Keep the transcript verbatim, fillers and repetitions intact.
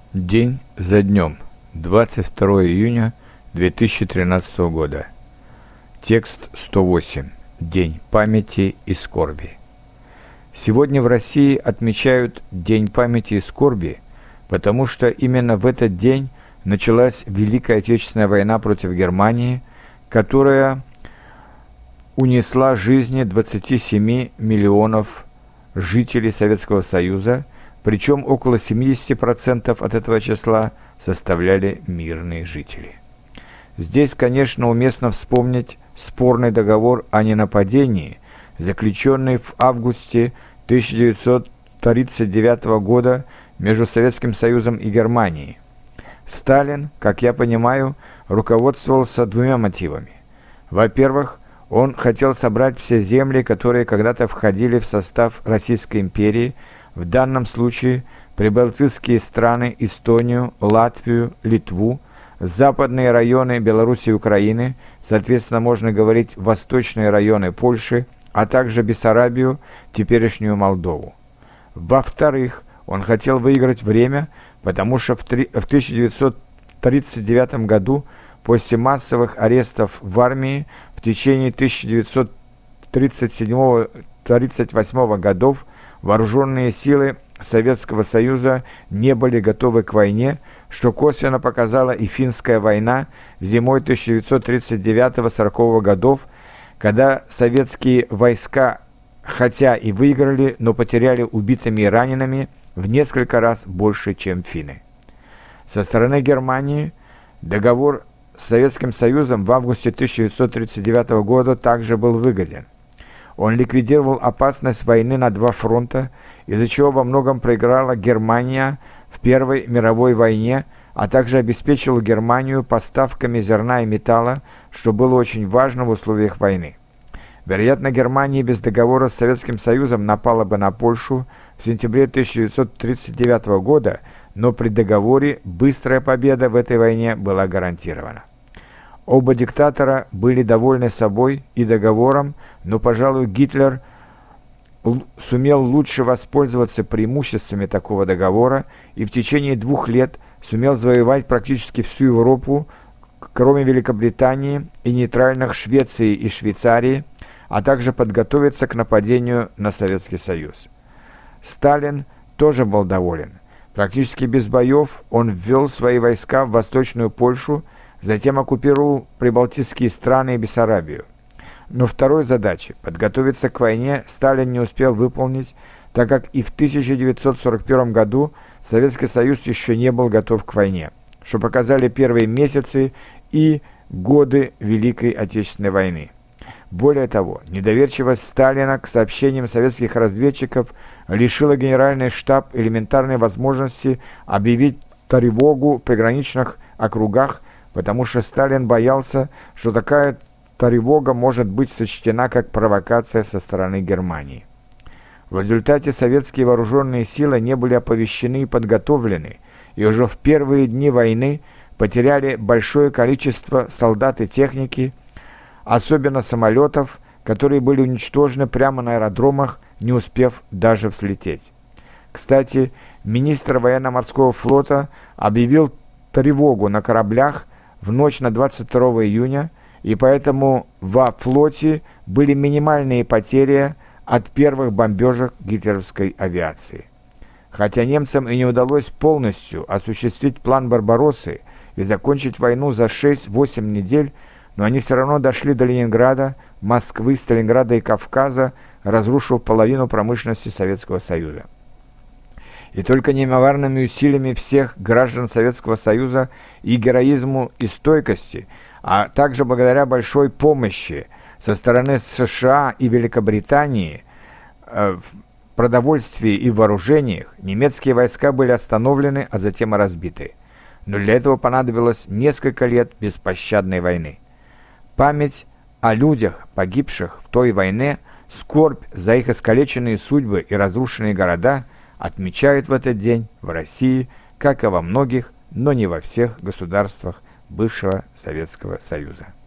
День за днем. двадцать второе июня две тысячи тринадцатого года. Текст сто восемь. День памяти и скорби. Сегодня в России отмечают День памяти и скорби, потому что именно в этот день началась Великая Отечественная война против Германии, которая унесла жизни двадцати семи миллионов жителей Советского Союза, причем около семьдесят процентов от этого числа составляли мирные жители. Здесь, конечно, уместно вспомнить спорный договор о ненападении, заключенный в августе тысяча девятьсот тридцать девятого года между Советским Союзом и Германией. Сталин, как я понимаю, руководствовался двумя мотивами. Во-первых, он хотел собрать все земли, которые когда-то входили в состав Российской империи, в данном случае прибалтийские страны, Эстонию, Латвию, Литву, западные районы Беларуси и Украины, соответственно, можно говорить восточные районы Польши, а также Бессарабию, теперешнюю Молдову. Во-вторых, он хотел выиграть время, потому что в тысяча девятьсот тридцать девятом году, после массовых арестов в армии, в течение тысяча девятьсот тридцать седьмого — тридцать восьмого годов вооруженные силы Советского Союза не были готовы к войне, что косвенно показала и финская война зимой тысяча девятьсот тридцать девятого — сорокового годов, когда советские войска, хотя и выиграли, но потеряли убитыми и ранеными в несколько раз больше, чем финны. Со стороны Германии договор с Советским Союзом в августе тысяча девятьсот тридцать девятого года также был выгоден. Он ликвидировал опасность войны на два фронта, из-за чего во многом проиграла Германия в Первой мировой войне, а также обеспечил Германию поставками зерна и металла, что было очень важно в условиях войны. Вероятно, Германия без договора с Советским Союзом напала бы на Польшу в сентябре тысяча девятьсот тридцать девятого года, но при договоре быстрая победа в этой войне была гарантирована. Оба диктатора были довольны собой и договором, но, пожалуй, Гитлер сумел лучше воспользоваться преимуществами такого договора и в течение двух лет сумел завоевать практически всю Европу, кроме Великобритании и нейтральных Швеции и Швейцарии, а также подготовиться к нападению на Советский Союз. Сталин тоже был доволен. Практически без боев он ввел свои войска в Восточную Польшу, затем оккупировал прибалтийские страны и Бессарабию. Но второй задачи – подготовиться к войне Сталин не успел выполнить, так как и в тысяча девятьсот сорок первом году Советский Союз еще не был готов к войне, что показали первые месяцы и годы Великой Отечественной войны. Более того, недоверчивость Сталина к сообщениям советских разведчиков лишила Генеральный штаб элементарной возможности объявить тревогу в приграничных округах, потому что Сталин боялся, что такая тревога может быть сочтена как провокация со стороны Германии. В результате советские вооруженные силы не были оповещены и подготовлены, и уже в первые дни войны потеряли большое количество солдат и техники, особенно самолетов, которые были уничтожены прямо на аэродромах, не успев даже взлететь. Кстати, министр военно-морского флота объявил тревогу на кораблях в ночь на двадцать второго июня, и поэтому во флоте были минимальные потери от первых бомбежек гитлеровской авиации. Хотя немцам и не удалось полностью осуществить план «Барбароссы» и закончить войну за шесть-восемь недель, но они все равно дошли до Ленинграда, Москвы, Сталинграда и Кавказа, разрушив половину промышленности Советского Союза. И только неимоверными усилиями всех граждан Советского Союза и героизму и стойкости, а также благодаря большой помощи со стороны США и Великобритании э, в продовольствии и вооружениях, немецкие войска были остановлены, а затем и разбиты. Но для этого понадобилось несколько лет беспощадной войны. Память о людях, погибших в той войне, скорбь за их искалеченные судьбы и разрушенные города отмечают в этот день в России, как и во многих, но не во всех государствах бывшего Советского Союза.